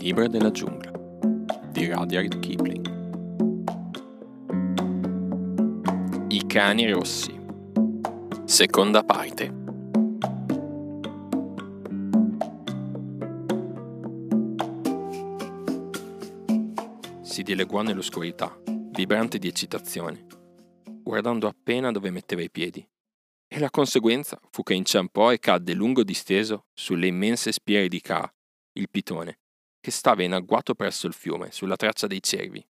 libro della giungla di Rudyard Kipling. I cani rossi. Seconda parte. Si dileguò nell'oscurità, vibrante di eccitazione, guardando appena dove metteva i piedi, e la conseguenza fu che inciampò e cadde lungo disteso sulle immense spire di Kaa, il pitone, che stava in agguato presso il fiume, sulla traccia dei cervi.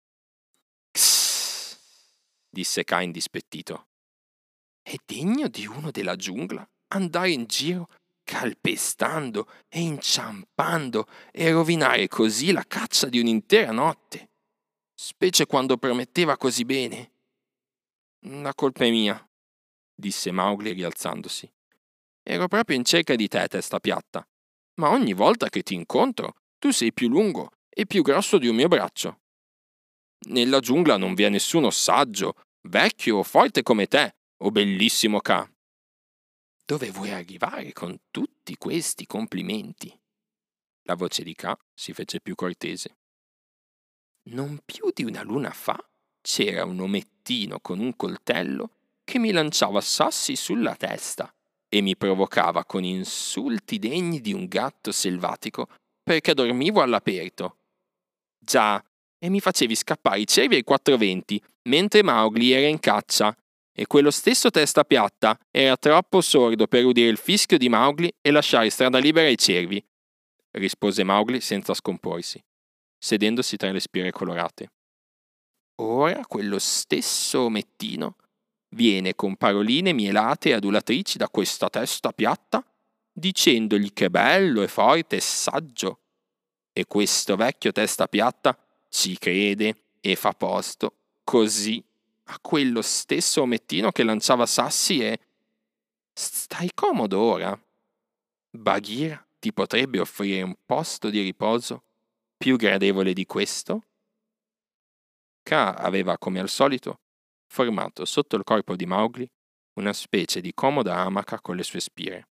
Kss, disse Kaa indispettito. È degno di uno della giungla andare in giro calpestando e inciampando e rovinare così la caccia di un'intera notte, specie quando prometteva così bene. La colpa è mia, disse Mowgli rialzandosi. Ero proprio in cerca di te, testa piatta, ma ogni volta che ti incontro tu sei più lungo e più grosso di un mio braccio. Nella giungla non vi è nessuno saggio, vecchio o forte come te, o bellissimo Kaa. Dove vuoi arrivare con tutti questi complimenti? La voce di Kaa si fece più cortese. Non più di una luna fa c'era un omettino con un coltello che mi lanciava sassi sulla testa e mi provocava con insulti degni di un gatto selvatico perché dormivo all'aperto. Già, e mi facevi scappare i cervi ai 4 venti mentre Mowgli era in caccia, e quello stesso testa piatta era troppo sordo per udire il fischio di Mowgli e lasciare strada libera ai cervi, rispose Mowgli senza scomporsi, sedendosi tra le spire colorate. Ora quello stesso omettino viene con paroline mielate e adulatrici da questa testa piatta, dicendogli che è bello e forte e saggio. E questo vecchio testa piatta ci crede e fa posto, così, a quello stesso omettino che lanciava sassi e... Stai comodo ora? Bagheera ti potrebbe offrire un posto di riposo più gradevole di questo? Kaa aveva, come al solito, formato sotto il corpo di Mowgli una specie di comoda amaca con le sue spire.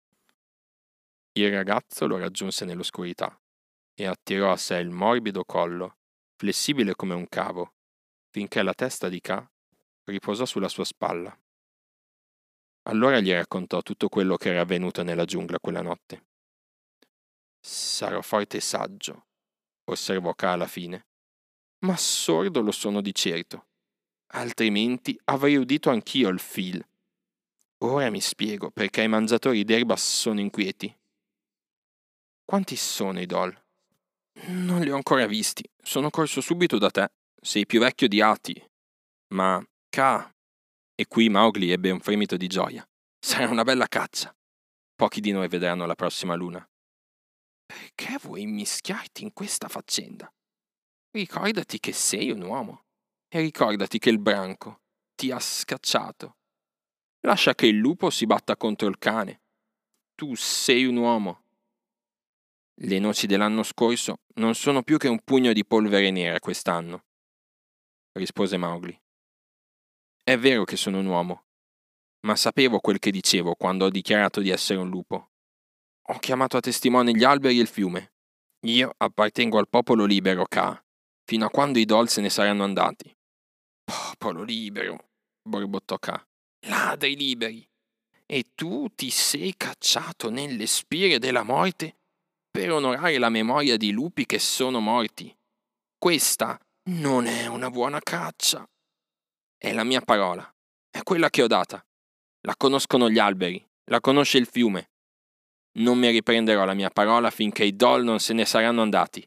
Il ragazzo lo raggiunse nell'oscurità e attirò a sé il morbido collo, flessibile come un cavo, finché la testa di Kaa riposò sulla sua spalla. Allora gli raccontò tutto quello che era avvenuto nella giungla quella notte. Sarò forte e saggio, osservò Kaa alla fine, ma sordo lo sono di certo, altrimenti avrei udito anch'io il fil. Ora mi spiego perché i mangiatori d'erba sono inquieti. Quanti sono i Dol? Non li ho ancora visti, sono corso subito da te, sei più vecchio di Hati. Ma, Kaa, e qui Mowgli ebbe un fremito di gioia, sarà una bella caccia. Pochi di noi vedranno la prossima luna. Perché vuoi immischiarti in questa faccenda? Ricordati che sei un uomo e ricordati che il branco ti ha scacciato. Lascia che il lupo si batta contro il cane. Tu sei un uomo. Le noci dell'anno scorso non sono più che un pugno di polvere nera quest'anno, rispose Mowgli. È vero che sono un uomo, ma sapevo quel che dicevo quando ho dichiarato di essere un lupo. Ho chiamato a testimone gli alberi e il fiume. Io appartengo al popolo libero, Kaa, fino a quando i Dol se ne saranno andati. Popolo libero, borbottò Kaa. Ladri liberi. E tu ti sei cacciato nelle spire della morte per onorare la memoria di lupi che sono morti. Questa non è una buona caccia. È la mia parola. È quella che ho data. La conoscono gli alberi, la conosce il fiume. Non mi riprenderò la mia parola finché i Dol non se ne saranno andati.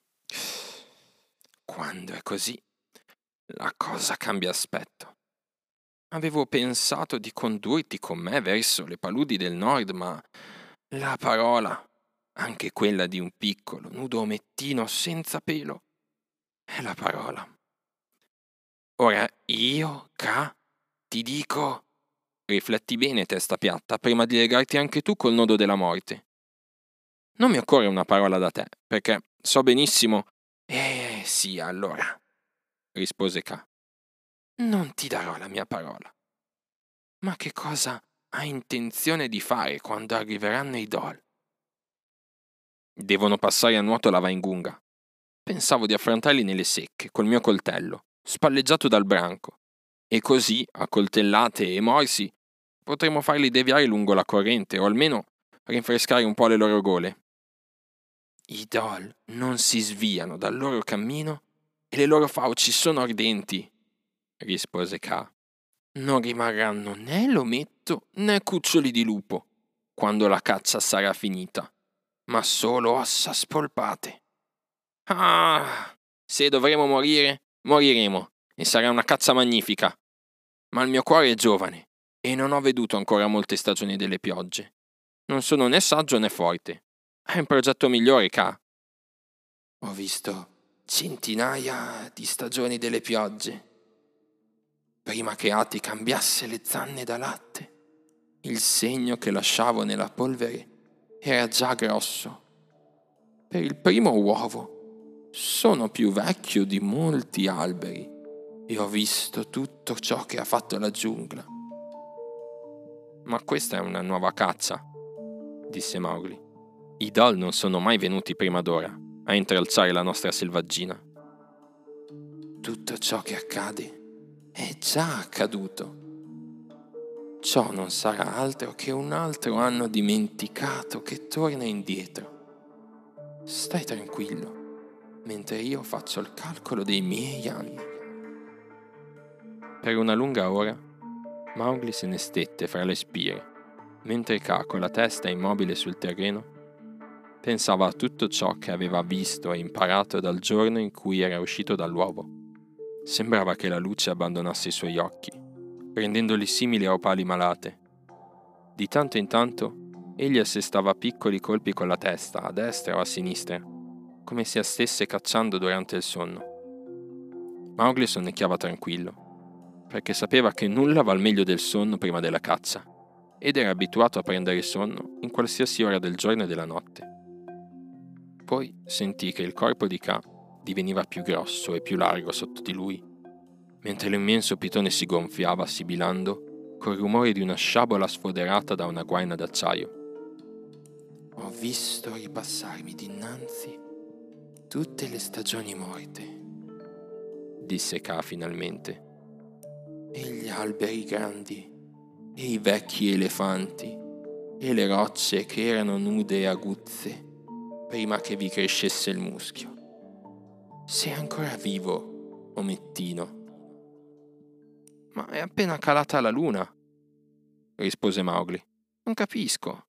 Quando è così, la cosa cambia aspetto. Avevo pensato di condurti con me verso le paludi del nord, ma la parola, anche quella di un piccolo, nudo omettino senza pelo, è la parola. Ora io, Kaa, ti dico... Rifletti bene, testa piatta, prima di legarti anche tu col nodo della morte. Non mi occorre una parola da te, perché so benissimo... sì, allora, rispose Kaa. Non ti darò la mia parola. Ma che cosa hai intenzione di fare quando arriveranno i Dol? Devono passare a nuoto la Vaingunga. pensavo di affrontarli nelle secche col mio coltello, spalleggiato dal branco, e così, a coltellate e morsi, potremmo farli deviare lungo la corrente o almeno rinfrescare un po' le loro gole. I Dol non si sviano dal loro cammino e le loro fauci sono ardenti, rispose Ka. Non rimarranno né l'ometto né cuccioli di lupo quando la caccia sarà finita, ma solo ossa spolpate. Ah, se dovremo morire, moriremo, e sarà una caccia magnifica. Ma il mio cuore è giovane e non ho veduto ancora molte stagioni delle piogge. Non sono né saggio né forte. Hai un progetto migliore, Ka? Ho visto centinaia di stagioni delle piogge. Prima che Ati cambiasse le zanne da latte, il segno che lasciavo nella polvere era già grosso. Per il primo uovo sono più vecchio di molti alberi e ho visto tutto ciò che ha fatto la giungla. Ma questa è una nuova caccia, disse Mowgli. I Dol non sono mai venuti prima d'ora a intralciare la nostra selvaggina. Tutto ciò che accade è già accaduto. Ciò non sarà altro che un altro anno dimenticato che torna indietro. Stai tranquillo, mentre io faccio il calcolo dei miei anni. Per una lunga ora, Mowgli se ne stette fra le spire, mentre Ka, con la testa immobile sul terreno, pensava a tutto ciò che aveva visto e imparato dal giorno in cui era uscito dall'uovo. Sembrava che la luce abbandonasse i suoi occhi, rendendoli simili a opali malate. Di tanto in tanto egli assestava piccoli colpi con la testa, a destra o a sinistra, come se stesse cacciando durante il sonno. Mowgli sonnecchiava tranquillo, perché sapeva che nulla val meglio del sonno prima della caccia, ed era abituato a prendere sonno in qualsiasi ora del giorno e della notte. Poi sentì che il corpo di Ka diveniva più grosso e più largo sotto di lui, mentre l'immenso pitone si gonfiava sibilando col rumore di una sciabola sfoderata da una guaina d'acciaio. Ho visto ripassarmi dinanzi tutte le stagioni morte, disse Ka finalmente, e gli alberi grandi, e i vecchi elefanti, e le rocce che erano nude e aguzze prima che vi crescesse il muschio. Sei ancora vivo, omettino. Ma è appena calata la luna, rispose Mowgli. Non capisco.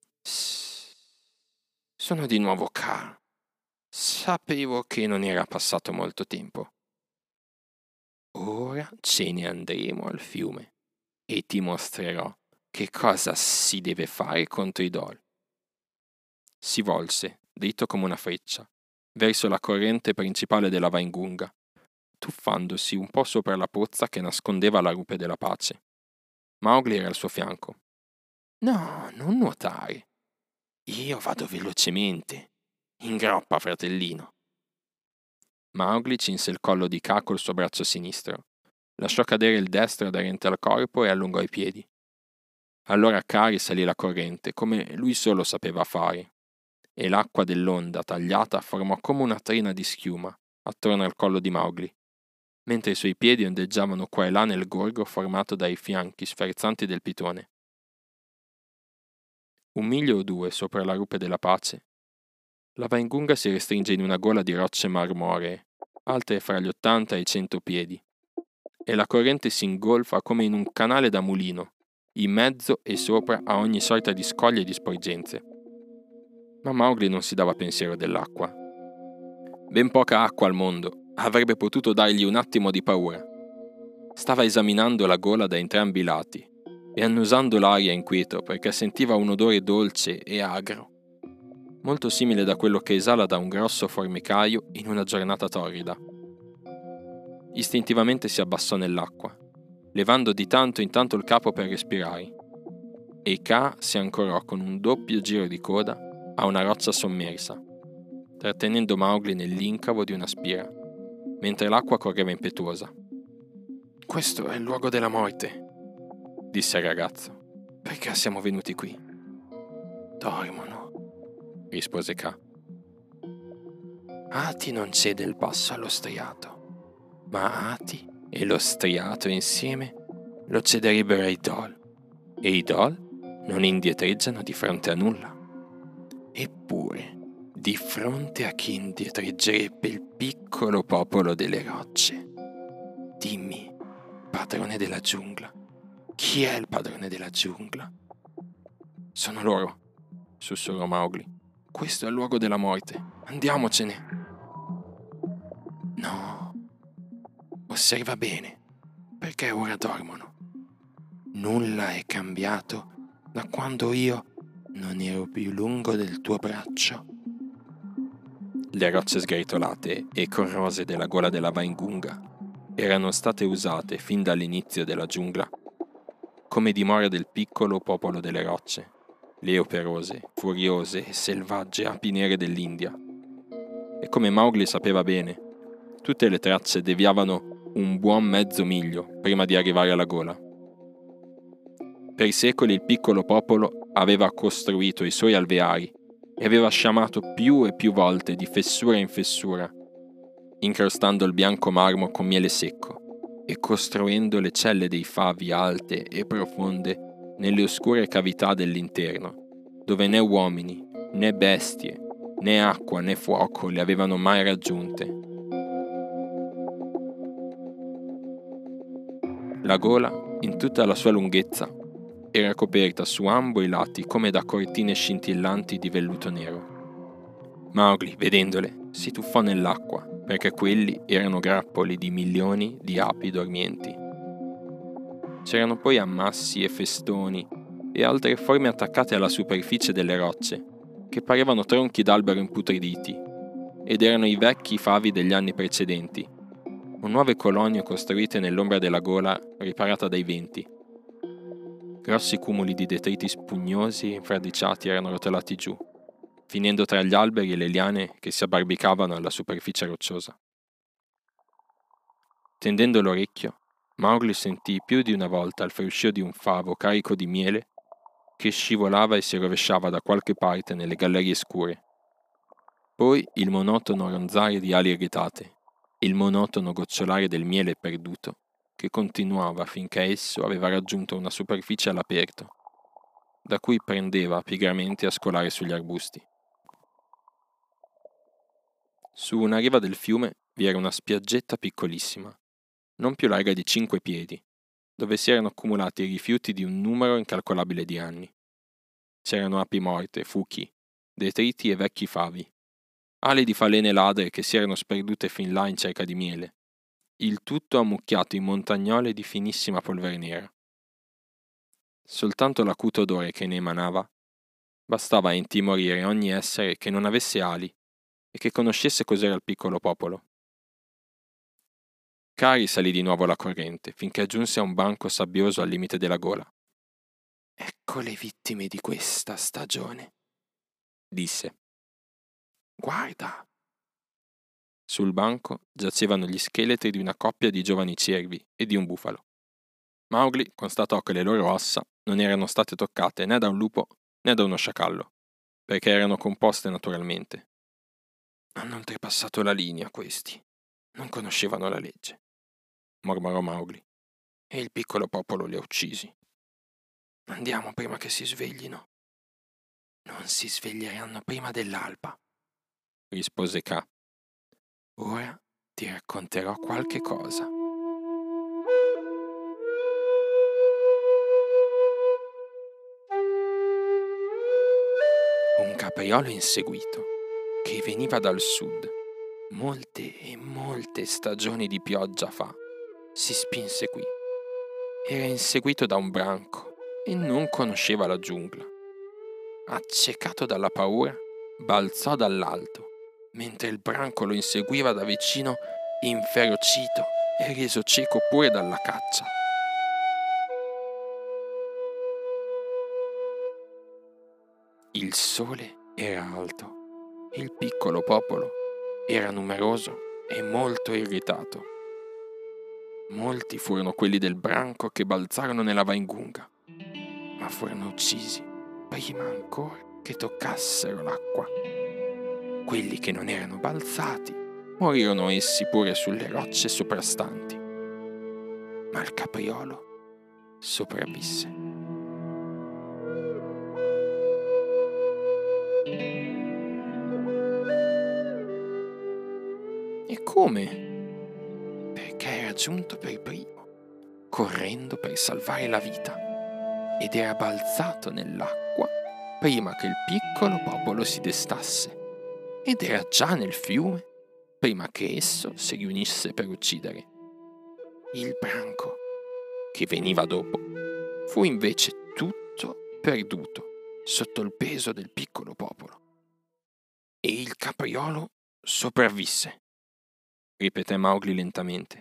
Sono di nuovo Ka. Sapevo che non era passato molto tempo. Ora ce ne andremo al fiume e ti mostrerò che cosa si deve fare contro i Dol. Si volse, dritto come una freccia, verso la corrente principale della Waingunga, tuffandosi un po' sopra la pozza che nascondeva la rupe della pace. Mowgli era al suo fianco. No, non nuotare. Io vado velocemente. In groppa, fratellino. Mowgli cinse il collo di Ka col suo braccio sinistro, lasciò cadere il destro aderente al corpo e allungò i piedi. Allora Ka risalì la corrente, come lui solo sapeva fare, e l'acqua dell'onda tagliata formò come una trina di schiuma attorno al collo di Mowgli, mentre i suoi piedi ondeggiavano qua e là nel gorgo formato dai fianchi sferzanti del pitone. 1 miglio o 2 sopra la rupe della pace, la Waingunga si restringe in una gola di rocce marmoree, alte fra gli 80 e i 100 piedi, e la corrente si ingolfa come in un canale da mulino, in mezzo e sopra a ogni sorta di scoglie e di sporgenze. Ma Mowgli non si dava pensiero dell'acqua. Ben poca acqua al mondo avrebbe potuto dargli un attimo di paura. Stava esaminando la gola da entrambi i lati e annusando l'aria inquieto perché sentiva un odore dolce e agro, molto simile da quello che esala da un grosso formicaio in una giornata torrida. Istintivamente si abbassò nell'acqua, levando di tanto in tanto il capo per respirare, e Ka si ancorò con un doppio giro di coda a una roccia sommersa, trattenendo Mowgli nell'incavo di una spira, mentre l'acqua correva impetuosa. «Questo è il luogo della morte», disse il ragazzo. «Perché siamo venuti qui?» «Dormono», rispose Ka. Ati non cede il passo allo striato, ma Ati e lo striato insieme lo cederebbero ai Dol, e i Dol non indietreggiano di fronte a nulla. Eppure, di fronte a chi indietreggerebbe il piccolo popolo delle rocce? Dimmi, padrone della giungla, chi è il padrone della giungla? Sono loro, sussurrò Mowgli. Questo è il luogo della morte. Andiamocene. No, osserva bene, perché ora dormono. Nulla è cambiato da quando io non ero più lungo del tuo braccio. Le rocce sgretolate e corrose della gola della Waingunga erano state usate fin dall'inizio della giungla come dimora del piccolo popolo delle rocce, le operose, furiose e selvagge api nere dell'India. E come Mowgli sapeva bene, tutte le tracce deviavano un buon mezzo miglio prima di arrivare alla gola. Per i secoli il piccolo popolo aveva costruito i suoi alveari e aveva sciamato più e più volte di fessura in fessura, incrostando il bianco marmo con miele secco e costruendo le celle dei favi alte e profonde nelle oscure cavità dell'interno, dove né uomini, né bestie, né acqua né fuoco le avevano mai raggiunte. La gola, in tutta la sua lunghezza, era coperta su ambo i lati come da cortine scintillanti di velluto nero. Mowgli, vedendole, si tuffò nell'acqua, perché quelli erano grappoli di milioni di api dormienti. C'erano poi ammassi e festoni e altre forme attaccate alla superficie delle rocce, che parevano tronchi d'albero imputriditi, ed erano i vecchi favi degli anni precedenti, o nuove colonie costruite nell'ombra della gola riparata dai venti. Grossi cumuli di detriti spugnosi e infradiciati erano rotolati giù, finendo tra gli alberi e le liane che si abbarbicavano alla superficie rocciosa. Tendendo l'orecchio, Mowgli sentì più di una volta il fruscio di un favo carico di miele che scivolava e si rovesciava da qualche parte nelle gallerie scure. Poi il monotono ronzare di ali irritate, il monotono gocciolare del miele perduto, che continuava finché esso aveva raggiunto una superficie all'aperto, da cui prendeva pigramente a scolare sugli arbusti. Su una riva del fiume vi era una spiaggetta piccolissima, non più larga di 5 piedi, dove si erano accumulati i rifiuti di un numero incalcolabile di anni. C'erano api morte, fuchi, detriti e vecchi favi, ali di falene ladre che si erano sperdute fin là in cerca di miele, il tutto ammucchiato in montagnole di finissima polvere nera. Soltanto l'acuto odore che ne emanava bastava a intimorire ogni essere che non avesse ali e che conoscesse cos'era il piccolo popolo. Kari salì di nuovo la corrente finché giunse a un banco sabbioso al limite della gola. «Ecco le vittime di questa stagione», disse. «Guarda!» Sul banco giacevano gli scheletri di una coppia di giovani cervi e di un bufalo. Mowgli constatò che le loro ossa non erano state toccate né da un lupo né da uno sciacallo, perché erano composte naturalmente. «Hanno oltrepassato la linea questi. Non conoscevano la legge», mormorò Mowgli, «e il piccolo popolo li ha uccisi. Andiamo prima che si sveglino». «Non si sveglieranno prima dell'alba», rispose Kaa. «Ora ti racconterò qualche cosa». Un capriolo inseguito, che veniva dal sud, molte e molte stagioni di pioggia fa, si spinse qui. Era inseguito da un branco e non conosceva la giungla. Accecato dalla paura, balzò dall'alto, mentre il branco lo inseguiva da vicino, inferocito e reso cieco pure dalla caccia. Il sole era alto, il piccolo popolo era numeroso e molto irritato. Molti furono quelli del branco che balzarono nella Waingunga, ma furono uccisi prima ancora che toccassero l'acqua. Quelli che non erano balzati morirono essi pure sulle rocce soprastanti. Ma il capriolo sopravvisse. E come? Perché era giunto per primo, correndo per salvare la vita, ed era balzato nell'acqua prima che il piccolo popolo si destasse, ed era già nel fiume prima che esso si riunisse per uccidere. Il branco, che veniva dopo, fu invece tutto perduto sotto il peso del piccolo popolo. E il capriolo sopravvisse, ripeté Mowgli lentamente.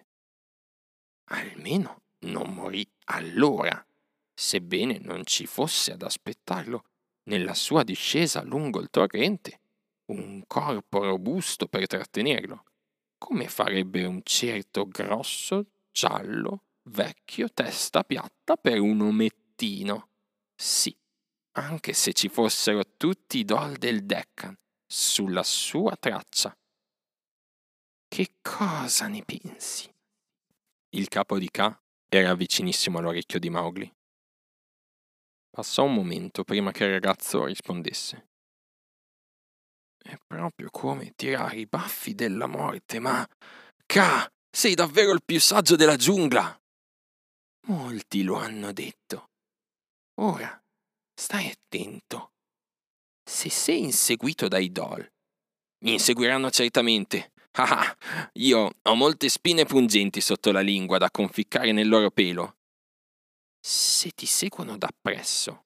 Almeno non morì allora, sebbene non ci fosse ad aspettarlo nella sua discesa lungo il torrente un corpo robusto per trattenerlo, come farebbe un certo grosso, giallo, vecchio testa piatta per un omettino. Sì, anche se ci fossero tutti i Dol del Deccan sulla sua traccia. Che cosa ne pensi? Il capo di Kaa era vicinissimo all'orecchio di Mowgli. Passò un momento prima che il ragazzo rispondesse. È proprio come tirare i baffi della morte, ma... Kaa, sei davvero il più saggio della giungla! Molti lo hanno detto. Ora, stai attento. Se sei inseguito dai Dol, mi inseguiranno certamente. Ah, io ho molte spine pungenti sotto la lingua da conficcare nel loro pelo. Se ti seguono dappresso,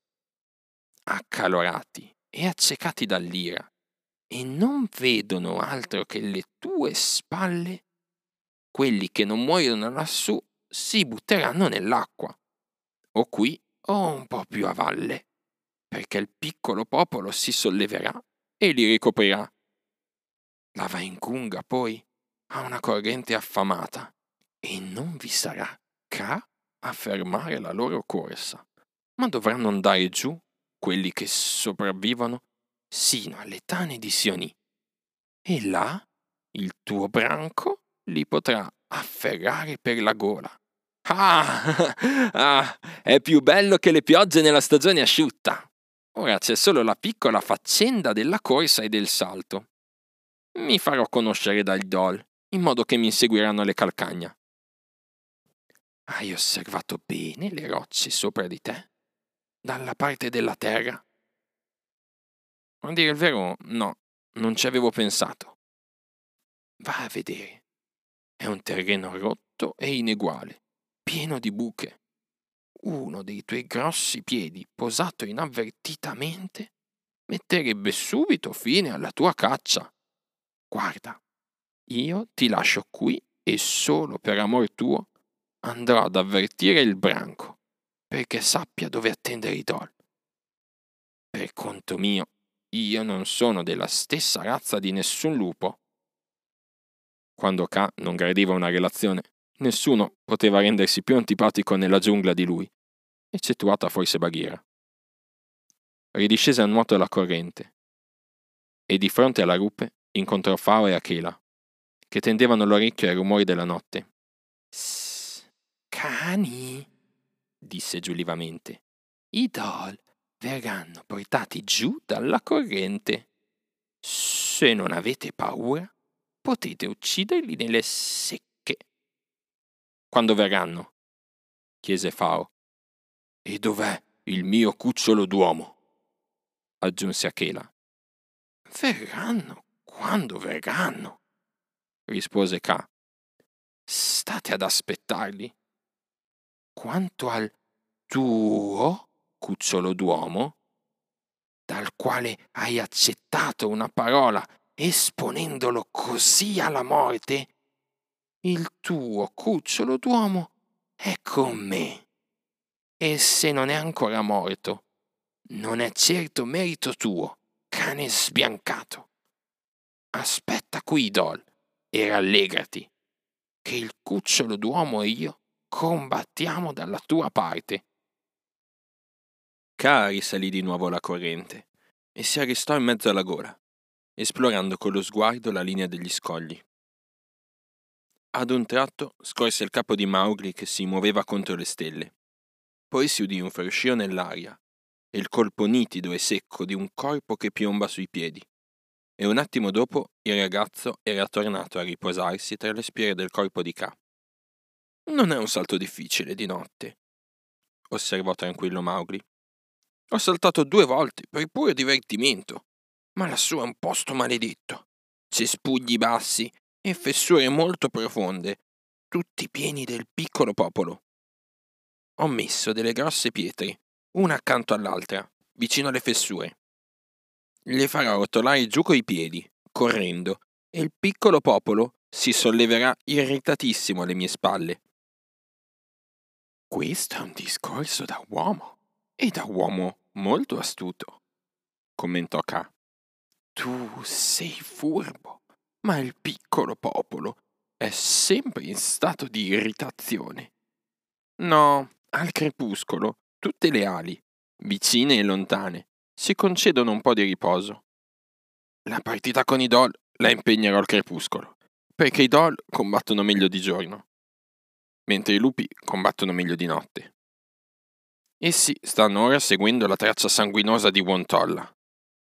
accalorati e accecati dall'ira, e non vedono altro che le tue spalle, quelli che non muoiono lassù si butteranno nell'acqua, o qui o un po' più a valle, perché il piccolo popolo si solleverà e li ricoprirà. La Vaingunga poi ha una corrente affamata e non vi sarà Kaa a fermare la loro corsa, ma dovranno andare giù quelli che sopravvivono sino alle tane di Sioni. E là il tuo branco li potrà afferrare per la gola. Ah, ah, è più bello che le piogge nella stagione asciutta. Ora c'è solo la piccola faccenda della corsa e del salto. Mi farò conoscere dal Dol, in modo che mi inseguiranno le calcagna. Hai osservato bene le rocce sopra di te? Dalla parte della terra? A dire il vero, no, non ci avevo pensato. Va a vedere. È un terreno rotto e ineguale, pieno di buche. Uno dei tuoi grossi piedi, posato inavvertitamente, metterebbe subito fine alla tua caccia. Guarda, io ti lascio qui e solo per amor tuo andrò ad avvertire il branco, perché sappia dove attendere i Dol. Per conto mio, io non sono della stessa razza di nessun lupo. Quando Kaa non gradiva una relazione, nessuno poteva rendersi più antipatico nella giungla di lui, eccettuata forse Bagheera. Ridiscese a nuoto la corrente e di fronte alla rupe incontrò Fao e Akela, che tendevano l'orecchio ai rumori della notte. Sss, cani, disse giulivamente, i Dol verranno portati giù dalla corrente. Se non avete paura, potete ucciderli nelle secche. Quando verranno? Chiese Fao. E dov'è il mio cucciolo d'uomo? Aggiunse Akela. Verranno quando verranno, rispose Kaa. State ad aspettarli. Quanto al tuo cucciolo d'uomo, dal quale hai accettato una parola esponendolo così alla morte, il tuo cucciolo d'uomo è con me. E se non è ancora morto, non è certo merito tuo, cane sbiancato. Aspetta qui, Dol, e rallegrati, che il cucciolo d'uomo e io combattiamo dalla tua parte. Kaa risalì di nuovo la corrente e si arrestò in mezzo alla gola. esplorando con lo sguardo la linea degli scogli. Ad un tratto scorse il capo di Mowgli che si muoveva contro le stelle. Poi si udì un fruscio nell'aria e il colpo nitido e secco di un corpo che piomba sui piedi. E un attimo dopo il ragazzo era tornato a riposarsi tra le spire del corpo di Kaa. «Non è un salto difficile di notte», osservò tranquillo Mowgli. «Ho saltato 2 volte per puro divertimento, ma lassù è un posto maledetto. Cespugli bassi e fessure molto profonde, tutti pieni del piccolo popolo. Ho messo delle grosse pietre, una accanto all'altra, vicino alle fessure. Le farò rotolare giù coi piedi, correndo, e il piccolo popolo si solleverà irritatissimo alle mie spalle». «Questo è un discorso da uomo, e da uomo molto astuto», commentò Kaa. «Tu sei furbo, ma il piccolo popolo è sempre in stato di irritazione. No, al crepuscolo tutte le ali, vicine e lontane, si concedono un po' di riposo. La partita con i Dol la impegnerò al crepuscolo, perché i Dol combattono meglio di giorno, mentre i lupi combattono meglio di notte. Essi stanno ora seguendo la traccia sanguinosa di Wontolla.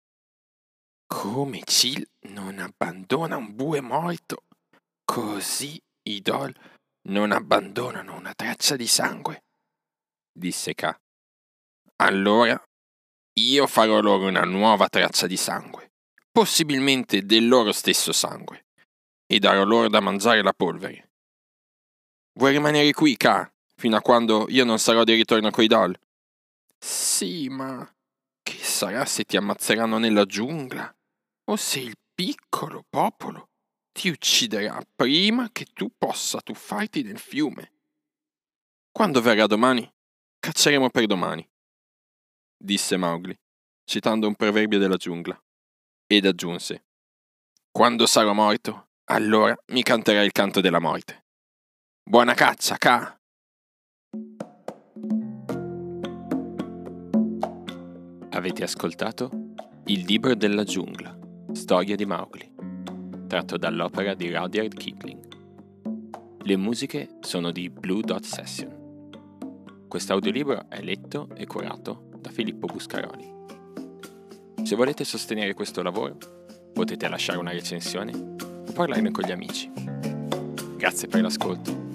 Come Cil non abbandona un bue morto, così i Dol non abbandonano una traccia di sangue», disse Kaa. «Allora io farò loro una nuova traccia di sangue, possibilmente del loro stesso sangue, e darò loro da mangiare la polvere. Vuoi rimanere qui, Kaa, fino a quando io non sarò di ritorno coi Dol?» «Sì, ma che sarà se ti ammazzeranno nella giungla, o se il piccolo popolo ti ucciderà prima che tu possa tuffarti nel fiume? Quando verrà domani, cacceremo per domani», disse Mowgli, citando un proverbio della giungla, ed aggiunse: «Quando sarò morto, allora mi canterai il canto della morte. Buona caccia, Kaa!» Avete ascoltato Il libro della giungla, storia di Mowgli, tratto dall'opera di Rudyard Kipling. Le musiche sono di Blue Dot Session. Quest'audiolibro è letto e curato da Filippo Buscaroli. Se volete sostenere questo lavoro, potete lasciare una recensione o parlarne con gli amici. Grazie per l'ascolto.